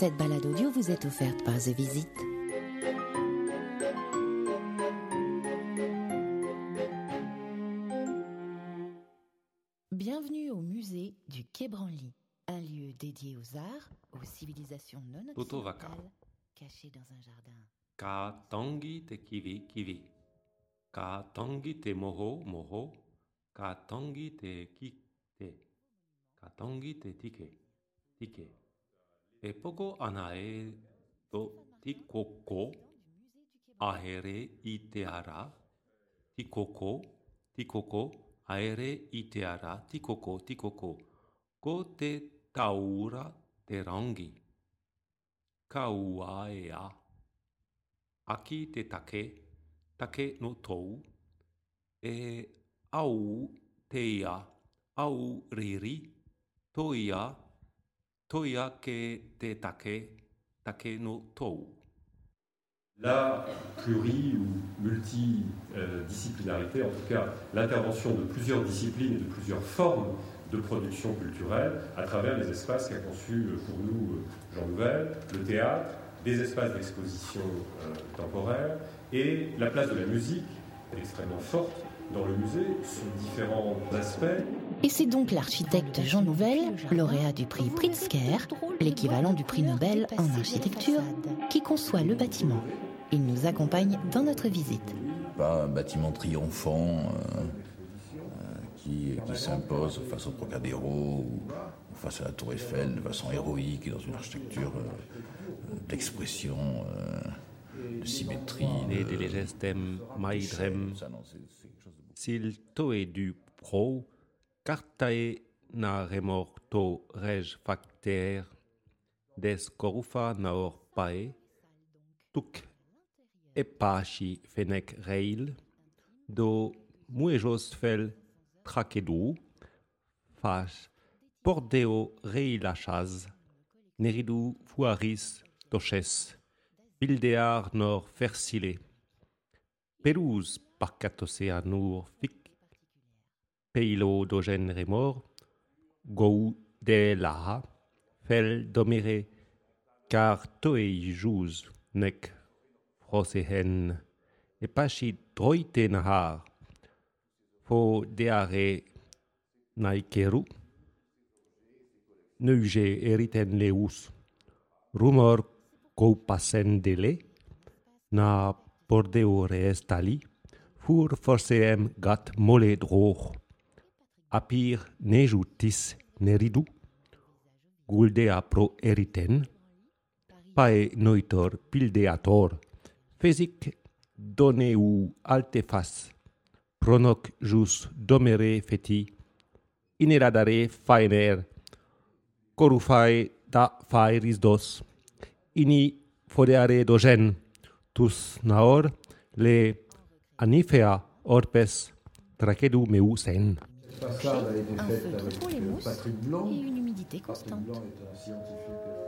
Cette balade audio vous est offerte par The Visit. Bienvenue au musée du Quai Branly, un lieu dédié aux arts, aux civilisations non occidentales, caché dans un jardin. Ka tangi te kiwi kiwi. Ka tangi te moho moho. Ka tangi te kite. Ka tangi te tike tike. E poko anae to tikoko. Ahere I te ara. Tikoko tikoko. Aere I te ara. Tikoko tikoko. Ko te taura te rangi. Ka ua e a. Aki te take no tou, e au te ia, au riri, toia ke te take no tou. La pluri- ou multidisciplinarité, en tout cas l'intervention de plusieurs disciplines et de plusieurs formes de production culturelle à travers les espaces qu'a conçus pour nous Jean Nouvel, le théâtre, des espaces d'exposition temporaire et la place de la musique est extrêmement forte dans le musée sous différents aspects. Et c'est donc l'architecte Jean Nouvel, lauréat du prix Pritzker, l'équivalent du prix Nobel en architecture, qui conçoit le bâtiment. Il nous accompagne dans notre visite. Pas un bâtiment triomphant qui s'impose face au Trocadéro ou face à la Tour Eiffel de façon héroïque et dans une architecture d'expression, de symétrie. De gestem maidrem, s'il toe du pro, cartae na remorto rej facter, des corufa naor pae, tuc epachi fenec reil, do muejos fel traquedu, fas pordeo reilachaz, neridu fuaris doches, bildear nor fersile, perus parcatoseanur fic, peilo dogen remor, gou de la, fel domere, car toi jus nec frosehen, epachi droite nahar, fo deare naikeru, neuge eriten leus, rumor coupasendele, na pordeore estali, fur forseem gat mole droch, apir nejutis neridu, guldea pro eriten, pae noitor pildeator, fesic doneu altefas, pronoc jus domere feti, ineradare faener, corufae da faeris dos, ini fodeare dogen, tus naor le anifea orpes tracedu meu sen. Un feutre pour les mousses et une humidité constante.